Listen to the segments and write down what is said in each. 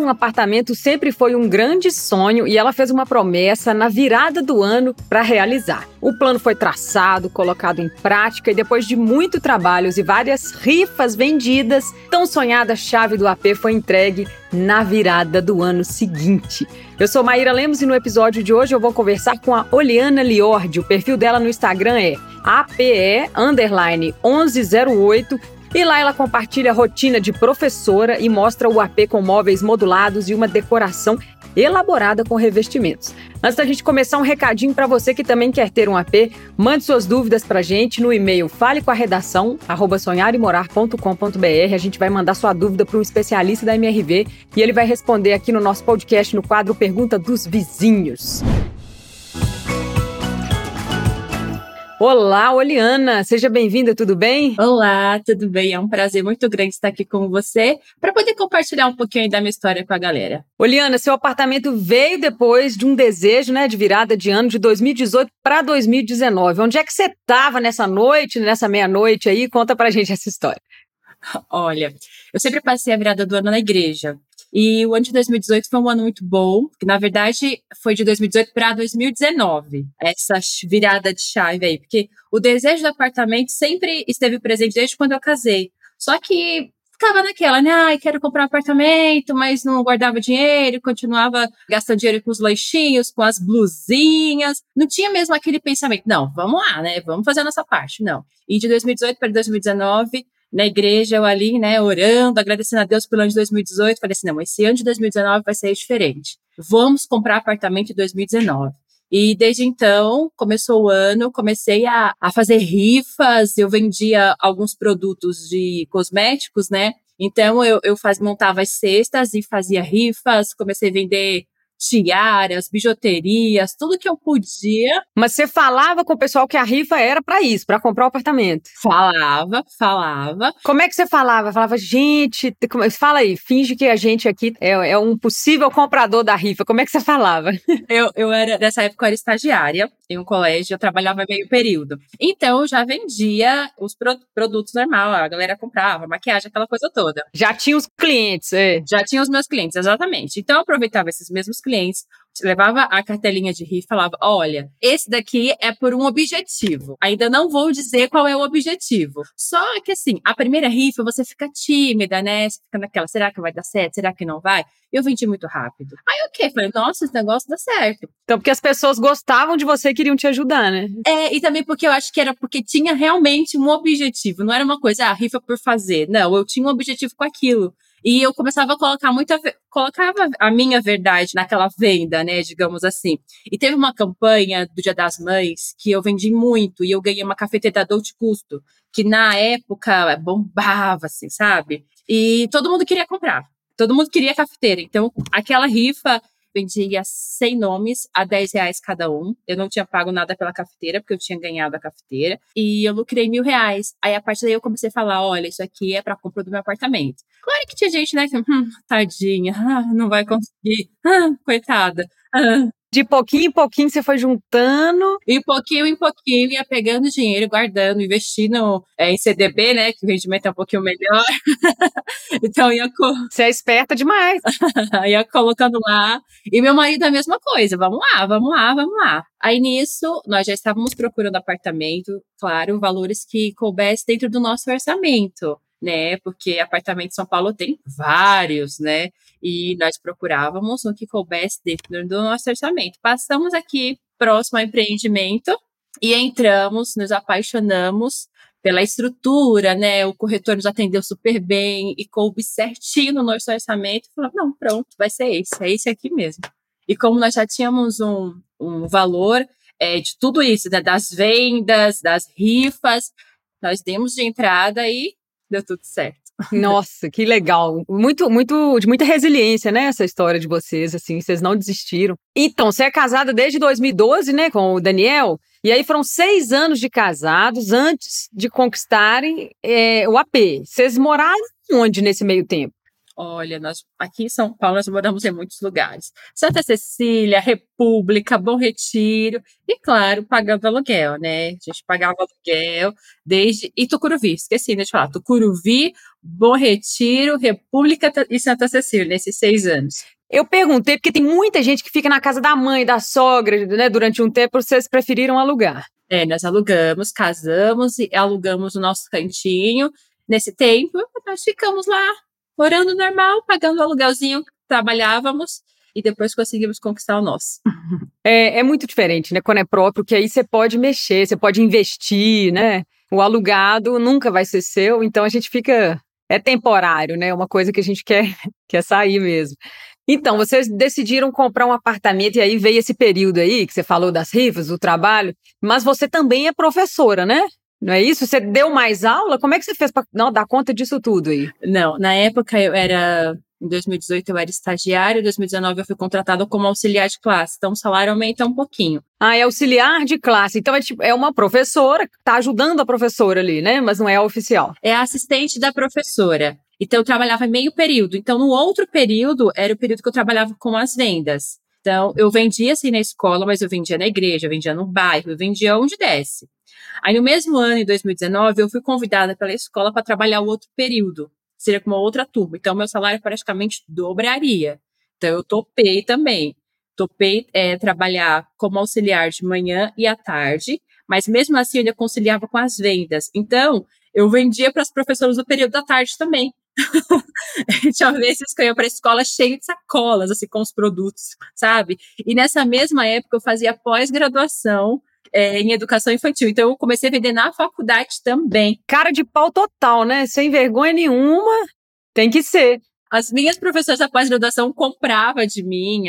um apartamento sempre foi um grande sonho e ela fez uma promessa na virada do ano para realizar. O plano foi traçado, colocado em prática e depois de muito trabalhos e várias rifas vendidas, tão sonhada chave do AP foi entregue na virada do ano seguinte. Eu sou Maíra Lemos e no episódio de hoje eu vou conversar com a Oliana Liordi. O perfil dela no Instagram é APE_1108 e lá ela compartilha a rotina de professora e mostra o AP com móveis modulados e uma decoração elaborada com revestimentos. Antes da gente começar, um recadinho para você que também quer ter um AP, mande suas dúvidas pra gente no e-mail falecomaredação@sonharemorar.com.br. A gente vai mandar sua dúvida para um especialista da MRV e ele vai responder aqui no nosso podcast no quadro Pergunta dos Vizinhos. Olá, Oliana, seja bem-vinda, tudo bem? Olá, tudo bem? É um prazer muito grande estar aqui com você para poder compartilhar um pouquinho da minha história com a galera. Oliana, seu apartamento veio depois de um desejo, de virada de ano de 2018 para 2019. Onde é que você estava nessa noite, nessa meia-noite aí? Conta pra gente essa história. Olha, eu sempre passei a virada do ano na igreja. E o ano de 2018 foi um ano muito bom, que na verdade foi de 2018 para 2019, essa virada de chave aí, porque o desejo do apartamento sempre esteve presente desde quando eu casei. Só que ficava naquela, quero comprar um apartamento, mas não guardava dinheiro, continuava gastando dinheiro com os lanchinhos, com as blusinhas. Não tinha mesmo aquele pensamento, não, vamos lá, vamos fazer a nossa parte, não. E de 2018 para 2019... na igreja, eu ali, orando, agradecendo a Deus pelo ano de 2018, falei assim, não, esse ano de 2019 vai ser diferente. Vamos comprar apartamento em 2019. E desde então, começou o ano, comecei a fazer rifas, eu vendia alguns produtos de cosméticos, Então, eu montava as cestas e fazia rifas, comecei a vender tiaras, bijuterias, tudo que eu podia. Mas você falava com o pessoal que a rifa era para isso, para comprar o apartamento? Falava. Como é que você falava? Falava, gente, fala aí, finge que a gente aqui é um possível comprador da rifa. Como é que você falava? Eu era, nessa época, eu era estagiária em um colégio, eu trabalhava meio período. Então, eu já vendia os produtos normal, a galera comprava, maquiagem, aquela coisa toda. Já tinha os clientes, é? Já tinha os meus clientes, exatamente. Então, eu aproveitava esses mesmos clientes, levava a cartelinha de rifa e falava, olha, esse daqui é por um objetivo. Ainda não vou dizer qual é o objetivo. Só que, assim, a primeira rifa, você fica tímida, Você fica naquela, será que vai dar certo? Será que não vai? Eu vendi muito rápido. Aí, falei, nossa, esse negócio dá certo. Então, porque as pessoas gostavam de você e queriam te ajudar, né? E também porque eu acho que era porque tinha realmente um objetivo. Não era uma coisa, rifa por fazer. Não, eu tinha um objetivo com aquilo. E eu começava a colocava a minha verdade naquela venda, digamos assim. E teve uma campanha do Dia das Mães que eu vendi muito e eu ganhei uma cafeteira Dolce Gusto, que na época bombava, assim, sabe? E todo mundo queria comprar. Todo mundo queria cafeteira. Então, aquela rifa vendia 100 nomes a R$10 cada um. Eu não tinha pago nada pela cafeteira, porque eu tinha ganhado a cafeteira. E eu lucrei R$1.000. Aí, a partir daí, eu comecei a falar, olha, isso aqui é para compra do meu apartamento. Claro que tinha gente, que, tadinha, não vai conseguir, coitada. De pouquinho em pouquinho você foi juntando. E pouquinho em pouquinho ia pegando dinheiro, guardando, investindo em CDB, que o rendimento é um pouquinho melhor. Então Você é esperta demais. Ia colocando lá. E meu marido a mesma coisa. Vamos lá. Aí nisso, nós já estávamos procurando apartamento, claro, valores que coubessem dentro do nosso orçamento, porque apartamento em São Paulo tem vários, E nós procurávamos o que coubesse dentro do nosso orçamento. Passamos aqui próximo ao empreendimento e entramos, nos apaixonamos pela estrutura, O corretor nos atendeu super bem e coube certinho no nosso orçamento. Falamos, não, pronto, vai ser esse, é esse aqui mesmo. E como nós já tínhamos um valor de tudo isso, das vendas, das rifas, nós demos de entrada e deu tudo certo. Nossa, que legal. De muita resiliência, essa história de vocês, assim, vocês não desistiram. Então, você é casada desde 2012, com o Daniel? E aí foram 6 anos de casados antes de conquistarem o AP. Vocês moraram onde nesse meio tempo? Olha, nós aqui em São Paulo nós moramos em muitos lugares. Santa Cecília, República, Bom Retiro e, claro, pagando aluguel, né? A gente pagava aluguel desde... E Tucuruvi, esqueci de falar. Tucuruvi, Bom Retiro, República e Santa Cecília, nesses 6 anos. Eu perguntei porque tem muita gente que fica na casa da mãe, da sogra, né, durante um tempo, vocês preferiram alugar. Nós alugamos, casamos e alugamos o nosso cantinho. Nesse tempo, nós ficamos lá, morando normal, pagando o aluguelzinho, trabalhávamos e depois conseguimos conquistar o nosso. É muito diferente, né, quando é próprio, que aí você pode mexer, você pode investir, né? O alugado nunca vai ser seu, então a gente fica... É temporário, né? Uma coisa que a gente quer sair mesmo. Então, vocês decidiram comprar um apartamento e aí veio esse período aí, que você falou das rifas, do trabalho, mas você também é professora, né? Não é isso? Você deu mais aula? Como é que você fez para não dar conta disso tudo aí? Não, na época em 2018 eu era estagiária, em 2019 eu fui contratada como auxiliar de classe, então o salário aumenta um pouquinho. Ah, é auxiliar de classe, então é uma professora que está ajudando a professora ali, né? Mas não é a oficial. É a assistente da professora. Então, eu trabalhava meio período. Então, no outro período, era o período que eu trabalhava com as vendas. Então, eu vendia assim na escola, mas eu vendia na igreja, eu vendia no bairro, eu vendia onde desse. Aí, no mesmo ano, em 2019, eu fui convidada pela escola para trabalhar o outro período. Seria com uma outra turma. Então, meu salário praticamente dobraria. Então, eu topei também. Topei trabalhar como auxiliar de manhã e à tarde, mas mesmo assim eu ainda conciliava com as vendas. Então, eu vendia para as professoras do período da tarde também. Tinha vezes que eu ia para a escola cheia de sacolas, assim, com os produtos, sabe? E nessa mesma época eu fazia pós-graduação em educação infantil. Então, eu comecei a vender na faculdade também. Cara de pau total, né? Sem vergonha nenhuma, tem que ser. As minhas professoras da pós-graduação compravam de mim,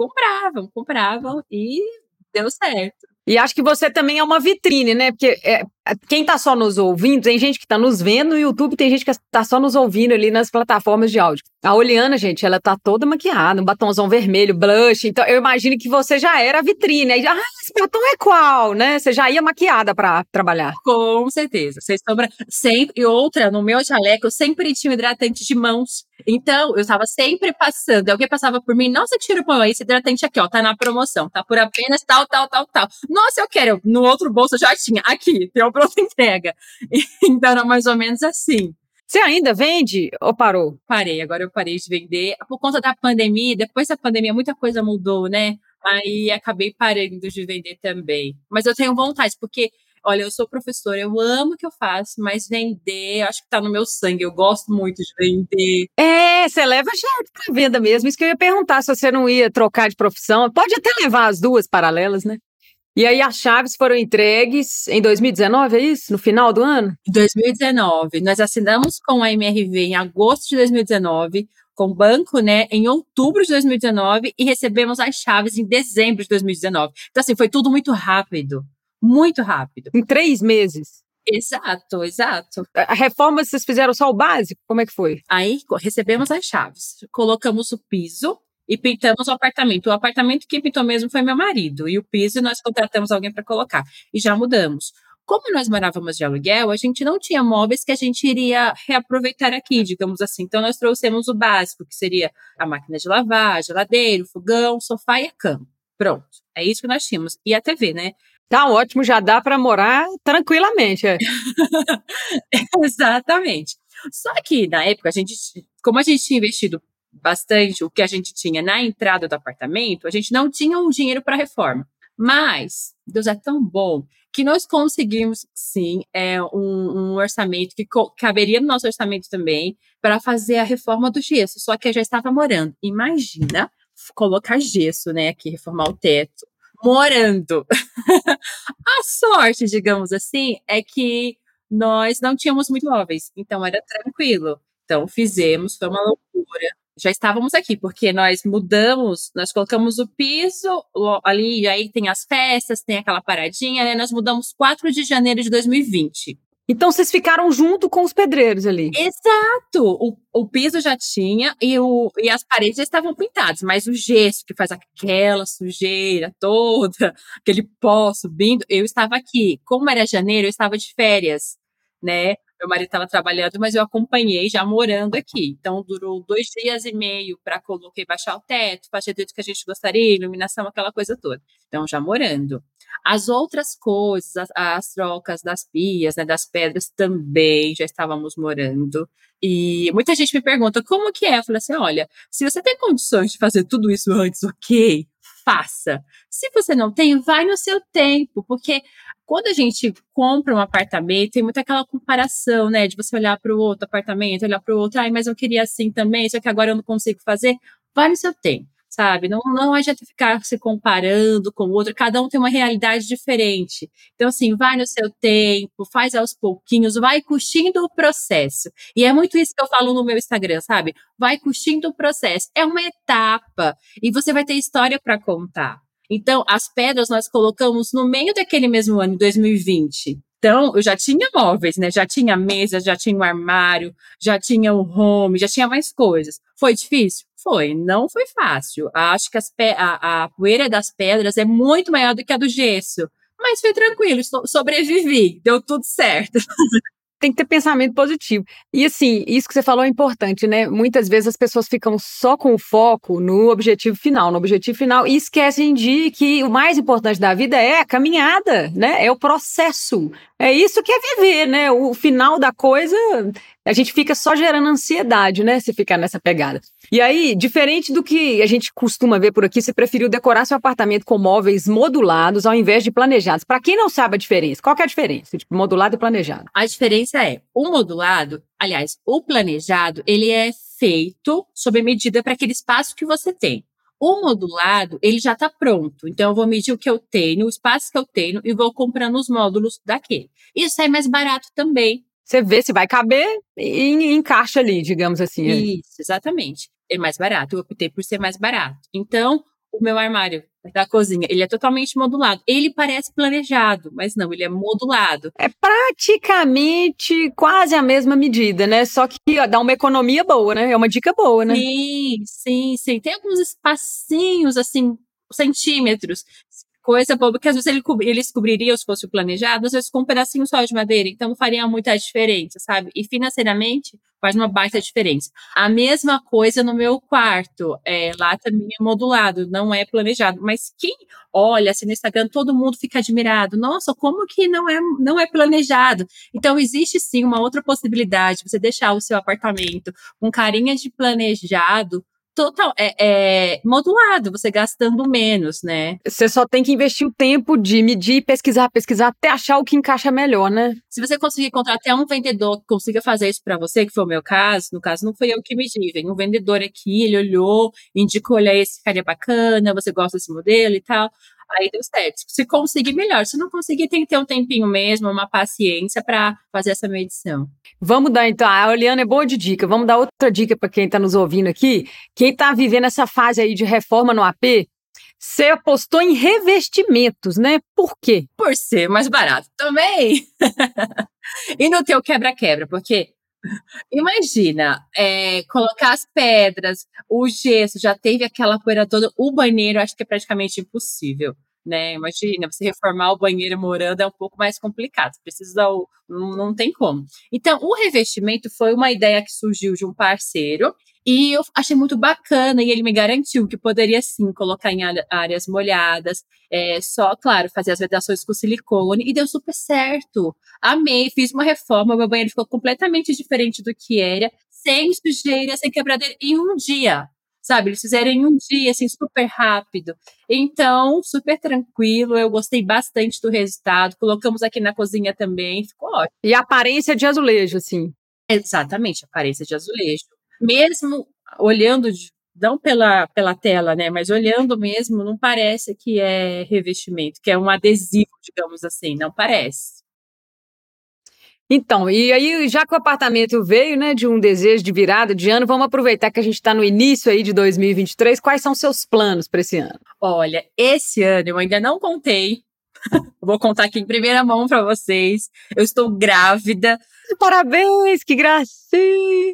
compravam e deu certo. E acho que você também é uma vitrine, né? Porque quem tá só nos ouvindo, tem gente que tá nos vendo no YouTube, tem gente que tá só nos ouvindo ali nas plataformas de áudio. A Oliana, gente, ela tá toda maquiada, um batonzão vermelho, blush. Então, eu imagino que você já era a vitrine. Aí, esse batom é qual, né? Você já ia maquiada pra trabalhar. Com certeza. Sem sombra. Sempre. E outra, no meu jaleco, eu sempre tinha um hidratante de mãos. Então, eu estava sempre passando. Alguém passava por mim, nossa, tira o esse hidratante aqui, ó, tá na promoção, tá por apenas tal. Nossa, eu quero. No outro bolso eu já tinha. Aqui, tem uma pronta entrega. Então, era mais ou menos assim. Você ainda vende ou parou? Parei, agora eu parei de vender. Por conta da pandemia, depois da pandemia, muita coisa mudou, né? Aí acabei parando de vender também. Mas eu tenho vontade, porque, olha, eu sou professora, eu amo o que eu faço, mas vender, acho que tá no meu sangue, eu gosto muito de vender. Você leva jeito pra venda mesmo. Isso que eu ia perguntar, se você não ia trocar de profissão. Pode até levar as duas paralelas, né? E aí as chaves foram entregues em 2019, é isso? No final do ano? Em 2019. Nós assinamos com a MRV em agosto de 2019, com o banco, né, em outubro de 2019 e recebemos as chaves em dezembro de 2019. Então, assim, foi tudo muito rápido. Muito rápido. Em 3 meses? Exato. A reforma vocês fizeram só o básico? Como é que foi? Aí, recebemos as chaves, colocamos o piso e pintamos o apartamento. O apartamento que pintou mesmo foi meu marido. E o piso nós contratamos alguém para colocar. E já mudamos. Como nós morávamos de aluguel, a gente não tinha móveis que a gente iria reaproveitar aqui, digamos assim. Então, nós trouxemos o básico, que seria a máquina de lavar, a geladeira, o fogão, o sofá e a cama. Pronto. É isso que nós tínhamos. E a TV, né? Tá ótimo, já dá para morar tranquilamente. Exatamente. Só que, na época, como a gente tinha investido bastante o que a gente tinha na entrada do apartamento, a gente não tinha um dinheiro para reforma. Mas Deus é tão bom que nós conseguimos, sim, um orçamento que caberia no nosso orçamento também para fazer a reforma do gesso. Só que eu já estava morando. Imagina colocar gesso, né, aqui, reformar o teto, morando. A sorte, digamos assim, é que nós não tínhamos muitos móveis, então era tranquilo. Então fizemos, foi uma loucura. Já estávamos aqui, porque nós mudamos, nós colocamos o piso ali, e aí tem as festas, tem aquela paradinha, né? Nós mudamos 4 de janeiro de 2020. Então vocês ficaram junto com os pedreiros ali? Exato! O piso já tinha e as paredes já estavam pintadas, mas o gesso que faz aquela sujeira toda, aquele pó subindo, eu estava aqui. Como era janeiro, eu estava de férias, né? Meu marido estava trabalhando, mas eu acompanhei já morando aqui. Então, durou 2 dias e meio para coloquei baixar o teto, fazer tudo que a gente gostaria, iluminação, aquela coisa toda. Então, já morando. As outras coisas, as trocas das pias, né, das pedras, também já estávamos morando. E muita gente me pergunta, como que é? Eu falei assim, olha, se você tem condições de fazer tudo isso antes, ok, faça. Se você não tem, vai no seu tempo, porque quando a gente compra um apartamento, tem muita aquela comparação, né? De você olhar para o outro apartamento, olhar para o outro, ai, mas eu queria assim também, só que agora eu não consigo fazer. Vai no seu tempo, sabe? Não adianta ficar se comparando com o outro, cada um tem uma realidade diferente. Então, assim, vai no seu tempo, faz aos pouquinhos, vai curtindo o processo. E é muito isso que eu falo no meu Instagram, sabe? Vai curtindo o processo. É uma etapa e você vai ter história para contar. Então, as pedras nós colocamos no meio daquele mesmo ano, 2020. Então, eu já tinha móveis, né? Já tinha mesa, já tinha um armário, já tinha o home, já tinha mais coisas. Foi difícil? Foi. Não foi fácil. Acho que a poeira das pedras é muito maior do que a do gesso. Mas foi tranquilo, sobrevivi, deu tudo certo. Tem que ter pensamento positivo. E assim, isso que você falou é importante, né? Muitas vezes as pessoas ficam só com o foco no objetivo final, e esquecem de que o mais importante da vida é a caminhada, né? É o processo. É isso que é viver, né? O final da coisa, a gente fica só gerando ansiedade, né? Se ficar nessa pegada. E aí, diferente do que a gente costuma ver por aqui, você preferiu decorar seu apartamento com móveis modulados ao invés de planejados. Para quem não sabe a diferença, qual que é a diferença? Tipo, modulado e planejado. A diferença é, o modulado, aliás, o planejado, ele é feito sob medida para aquele espaço que você tem. O modulado, ele já está pronto. Então, eu vou medir o que eu tenho, o espaço que eu tenho e vou comprando os módulos daquele. Isso é mais barato também. Você vê se vai caber e encaixa ali, digamos assim. Isso, exatamente. É mais barato. Eu optei por ser mais barato. Então, o meu armário da cozinha, ele é totalmente modulado. Ele parece planejado, mas não, ele é modulado. É praticamente quase a mesma medida, né? Só que ó, dá uma economia boa, né? É uma dica boa, né? Sim, sim, sim. Tem alguns espacinhos, assim, centímetros. Coisa boba, que às vezes eles cobririam se fosse o planejado, às vezes com um pedacinho só de madeira, então não faria muita diferença, sabe? E financeiramente faz uma baita diferença. A mesma coisa no meu quarto, lá também é modulado, não é planejado, mas quem olha assim no Instagram, todo mundo fica admirado, nossa, como que não é planejado? Então existe sim uma outra possibilidade, você deixar o seu apartamento com carinha de planejado, total, modulado, você gastando menos, né? Você só tem que investir o tempo de medir, pesquisar até achar o que encaixa melhor, né? Se você conseguir encontrar até um vendedor que consiga fazer isso para você, que foi o meu caso, no caso não foi eu que medi, vem um vendedor aqui, ele olhou, indicou, olha, esse ficaria bacana, você gosta desse modelo e tal. Aí deu certo. Se conseguir, melhor. Se não conseguir, tem que ter um tempinho mesmo, uma paciência para fazer essa medição. Vamos dar, então, a Oliana é boa de dica. Vamos dar outra dica para quem está nos ouvindo aqui. Quem está vivendo essa fase aí de reforma no AP, você apostou em revestimentos, né? Por quê? Por ser mais barato também. E no teu quebra-quebra, porque imagina, colocar as pedras, o gesso, já teve aquela poeira toda, o banheiro acho que é praticamente impossível, né? Imagina, você reformar o banheiro morando é um pouco mais complicado, não tem como. Então, o revestimento foi uma ideia que surgiu de um parceiro e eu achei muito bacana e ele me garantiu que poderia sim colocar em áreas molhadas, só, claro, fazer as vedações com silicone e deu super certo. Amei, fiz uma reforma, meu banheiro ficou completamente diferente do que era, sem sujeira, sem quebradeira, em um dia, sabe? Eles fizeram em um dia, assim, super rápido. Então, super tranquilo, eu gostei bastante do resultado. Colocamos aqui na cozinha também, ficou ótimo. E a aparência de azulejo, assim. Exatamente, aparência de azulejo. Mesmo olhando, não pela tela, né? Mas olhando mesmo, não parece que é revestimento, que é um adesivo, digamos assim, não parece. Então, e aí, já que o apartamento veio, né, de um desejo de virada de ano, vamos aproveitar que a gente está no início aí de 2023. Quais são seus planos para esse ano? Olha, esse ano eu ainda não contei. Vou contar aqui em primeira mão para vocês. Eu estou grávida. Parabéns, que gracinha!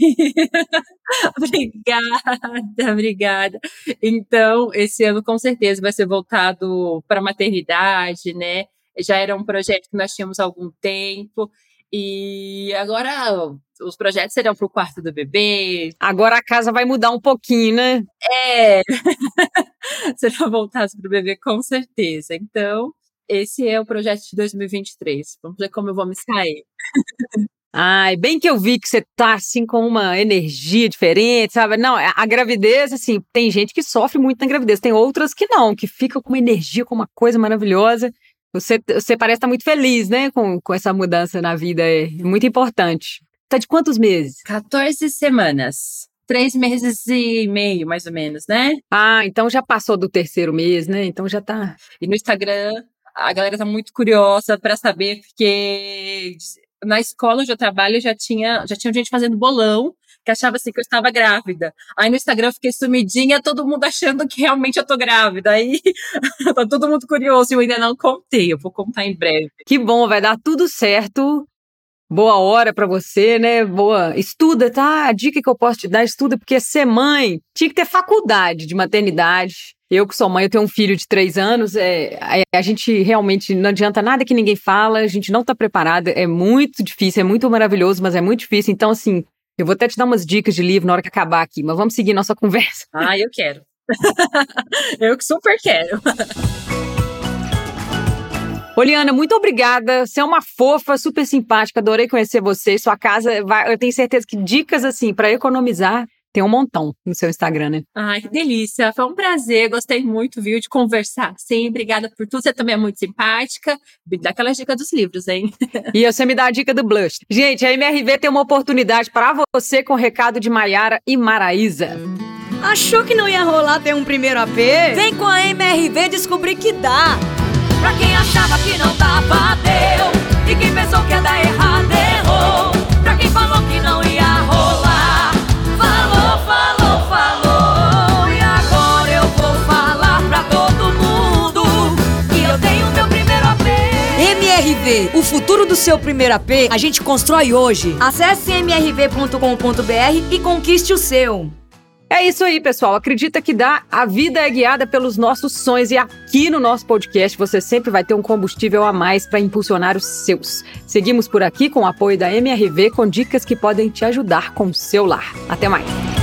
Obrigada, obrigada. Então, esse ano com certeza vai ser voltado para a maternidade, né? Já era um projeto que nós tínhamos há algum tempo. E agora os projetos serão para o quarto do bebê. Agora a casa vai mudar um pouquinho, né? É, será voltado para o bebê com certeza. Então, esse é o projeto de 2023. Vamos ver como eu vou me sair. Ai, bem que eu vi que você tá, assim, com uma energia diferente, sabe? Não, a gravidez, assim, tem gente que sofre muito na gravidez, tem outras que não, que ficam com uma energia, com uma coisa maravilhosa. Você parece estar muito feliz, né, com essa mudança na vida, é muito importante. Tá de quantos meses? 14 semanas. 3 meses e meio, mais ou menos, né? Ah, então já passou do terceiro mês, né? Então já tá... E no Instagram, a galera tá muito curiosa para saber, porque na escola onde eu trabalho já tinha gente fazendo bolão, que achava assim que eu estava grávida. Aí no Instagram eu fiquei sumidinha, todo mundo achando que realmente eu tô grávida. Aí tá todo mundo curioso, eu ainda não contei, eu vou contar em breve. Que bom, vai dar tudo certo. Boa hora pra você, né? Boa. Estuda, tá? A dica que eu posso te dar, estuda, porque ser mãe tinha que ter faculdade de maternidade. Eu que sou mãe, eu tenho um filho de 3 anos, a gente realmente não adianta nada que ninguém fala, a gente não tá preparada, é muito difícil, é muito maravilhoso, mas é muito difícil. Então, assim, eu vou até te dar umas dicas de livro na hora que acabar aqui, mas vamos seguir nossa conversa. Ah, eu quero. Eu que super quero. Oliana, muito obrigada. Você é uma fofa, super simpática. Adorei conhecer você. Sua casa, eu tenho certeza que dicas assim para economizar tem um montão no seu Instagram, né? Ai, que delícia. Foi um prazer. Gostei muito, viu, de conversar. Sim, obrigada por tudo. Você também é muito simpática. Me dá aquela dica dos livros, hein? E você me dá a dica do blush. Gente, a MRV tem uma oportunidade para você com o recado de Maiara e Maraísa. Achou que não ia rolar ter um primeiro AP? Vem com a MRV descobrir que dá. Pra quem achava que não dava, deu. E quem pensou que ia dar errado, errou. Pra quem falou que não ia rolar, falou, falou, falou. E agora eu vou falar pra todo mundo que eu tenho meu primeiro AP. MRV, o futuro do seu primeiro AP, a gente constrói hoje. Acesse mrv.com.br e conquiste o seu. É isso aí, pessoal. Acredita que dá. A vida é guiada pelos nossos sonhos e aqui no nosso podcast você sempre vai ter um combustível a mais para impulsionar os seus. Seguimos por aqui com o apoio da MRV com dicas que podem te ajudar com o seu lar. Até mais.